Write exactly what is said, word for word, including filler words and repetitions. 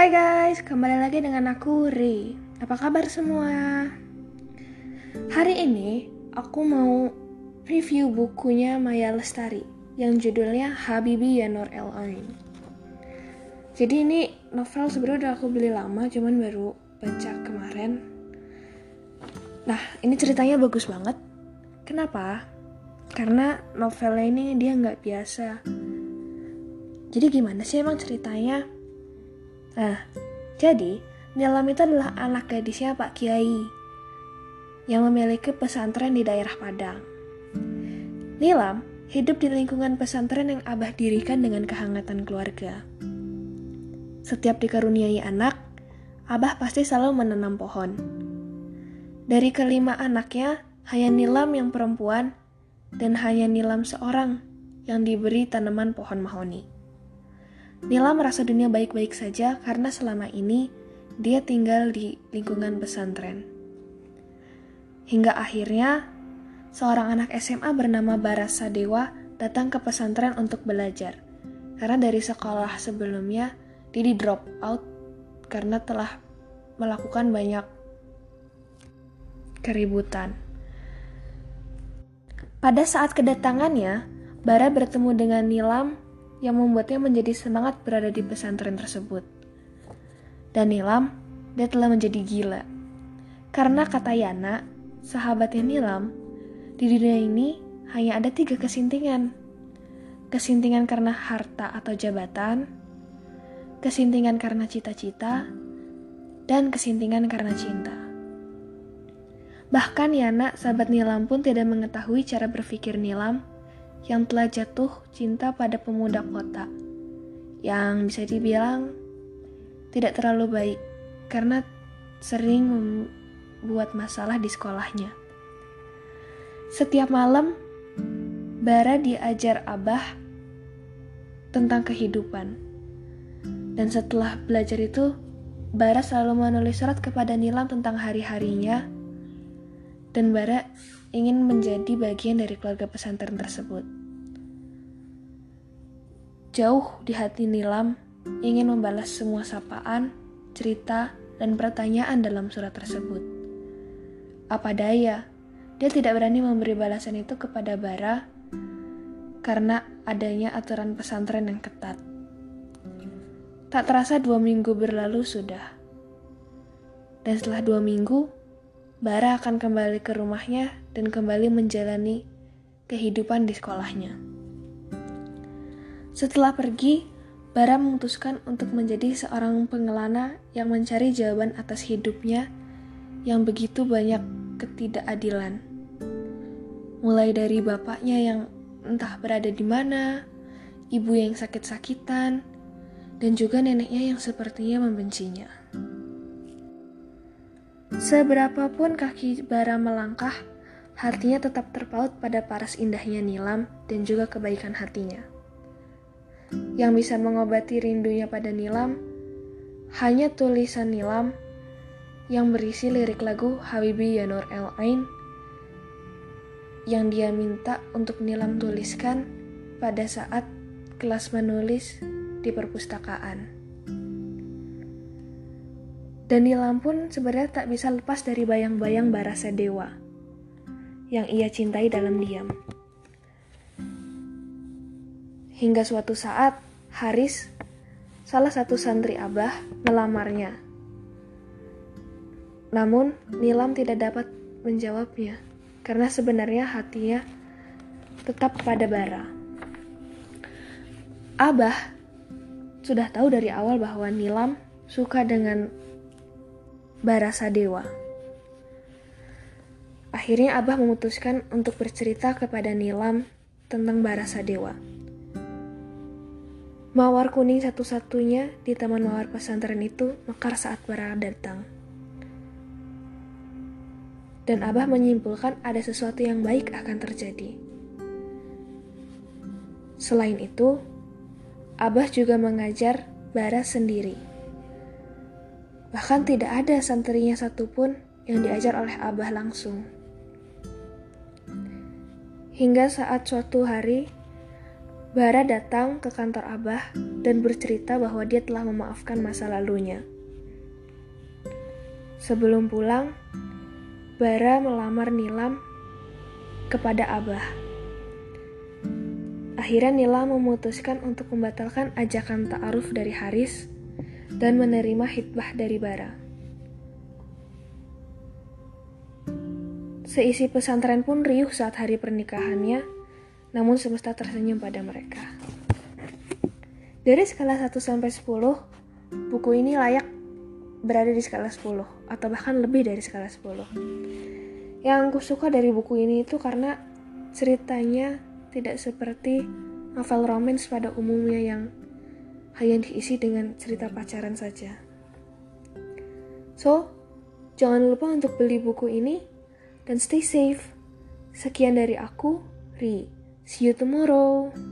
Hai guys, kembali lagi dengan aku Ri. Apa kabar semua? Hari ini aku mau review bukunya Maya Lestari yang judulnya Habibi Ya Nur El Ain. Jadi ini novel sebenarnya udah aku beli lama, cuman baru baca kemarin. Nah, ini ceritanya bagus banget. Kenapa? Karena novelnya ini dia nggak biasa. Jadi gimana sih emang ceritanya? Nah, jadi Nilam itu adalah anak gadisnya Pak Kiai yang memiliki pesantren di daerah Padang. Nilam hidup di lingkungan pesantren yang Abah dirikan dengan kehangatan keluarga. Setiap dikaruniai anak, Abah pasti selalu menanam pohon. Dari kelima anaknya, hanya Nilam yang perempuan dan hanya Nilam seorang yang diberi tanaman pohon mahoni. Nilam merasa dunia baik-baik saja karena selama ini dia tinggal di lingkungan pesantren. Hingga akhirnya, seorang anak S M A bernama Baras Sadewa datang ke pesantren untuk belajar. Karena dari sekolah sebelumnya, dia di drop out karena telah melakukan banyak keributan. Pada saat kedatangannya, Bara bertemu dengan Nilam yang membuatnya menjadi semangat berada di pesantren tersebut. Dan Nilam, dia telah menjadi gila. Karena kata Yana, sahabatnya Nilam, di dunia ini hanya ada tiga kesintingan. Kesintingan karena harta atau jabatan, kesintingan karena cita-cita, dan kesintingan karena cinta. Bahkan Yana, sahabat Nilam pun tidak mengetahui cara berpikir Nilam yang telah jatuh cinta pada pemuda kota, yang bisa dibilang tidak terlalu baik karena sering membuat masalah di sekolahnya. Setiap malam, Bara diajar Abah tentang kehidupan. Dan setelah belajar itu, Bara selalu menulis surat kepada Nilam tentang hari-harinya, dan Bara ingin menjadi bagian dari keluarga pesantren tersebut. Jauh di hati Nilam ingin membalas semua sapaan, cerita, dan pertanyaan dalam surat tersebut. Apa daya, dia tidak berani memberi balasan itu kepada Bara karena adanya aturan pesantren yang ketat. Tak terasa dua minggu berlalu sudah. Dan setelah dua minggu, Bara akan kembali ke rumahnya dan kembali menjalani kehidupan di sekolahnya. Setelah pergi, Bara memutuskan untuk menjadi seorang pengelana yang mencari jawaban atas hidupnya yang begitu banyak ketidakadilan. Mulai dari bapaknya yang entah berada di mana, ibu yang sakit-sakitan, dan juga neneknya yang sepertinya membencinya. Seberapapun kaki Bara melangkah, hatinya tetap terpaut pada paras indahnya Nilam dan juga kebaikan hatinya. Yang bisa mengobati rindunya pada Nilam hanya tulisan Nilam yang berisi lirik lagu Habibi Ya Nur El Ain yang dia minta untuk Nilam tuliskan pada saat kelas menulis di perpustakaan. Dan Nilam pun sebenarnya tak bisa lepas dari bayang-bayang Bara Sadewa yang ia cintai dalam diam. Hingga suatu saat, Haris, salah satu santri Abah, melamarnya. Namun, Nilam tidak dapat menjawabnya, karena sebenarnya hatinya tetap pada Bara. Abah sudah tahu dari awal bahwa Nilam suka dengan Bara Sadewa. Akhirnya Abah memutuskan untuk bercerita kepada Nilam tentang Bara Sadewa. Mawar kuning satu-satunya di taman mawar pesantren itu mekar saat Bara datang. Dan Abah menyimpulkan ada sesuatu yang baik akan terjadi. Selain itu, Abah juga mengajar Bara sendiri. Bahkan tidak ada santrinya satupun yang diajar oleh Abah langsung. Hingga saat suatu hari, Bara datang ke kantor Abah dan bercerita bahwa dia telah memaafkan masa lalunya. Sebelum pulang, Bara melamar Nilam kepada Abah. Akhirnya Nilam memutuskan untuk membatalkan ajakan ta'aruf dari Haris dan menerima hitbah dari Bara. Seisi pesantren pun riuh saat hari pernikahannya, namun semesta tersenyum pada mereka. Dari skala satu sampai sepuluh, buku ini layak berada di skala sepuluh, atau bahkan lebih dari skala sepuluh. Yang aku suka dari buku ini itu karena ceritanya tidak seperti novel romance pada umumnya yang hanya diisi dengan cerita pacaran saja. So, jangan lupa untuk beli buku ini dan stay safe. Sekian dari aku, Ri. See you tomorrow.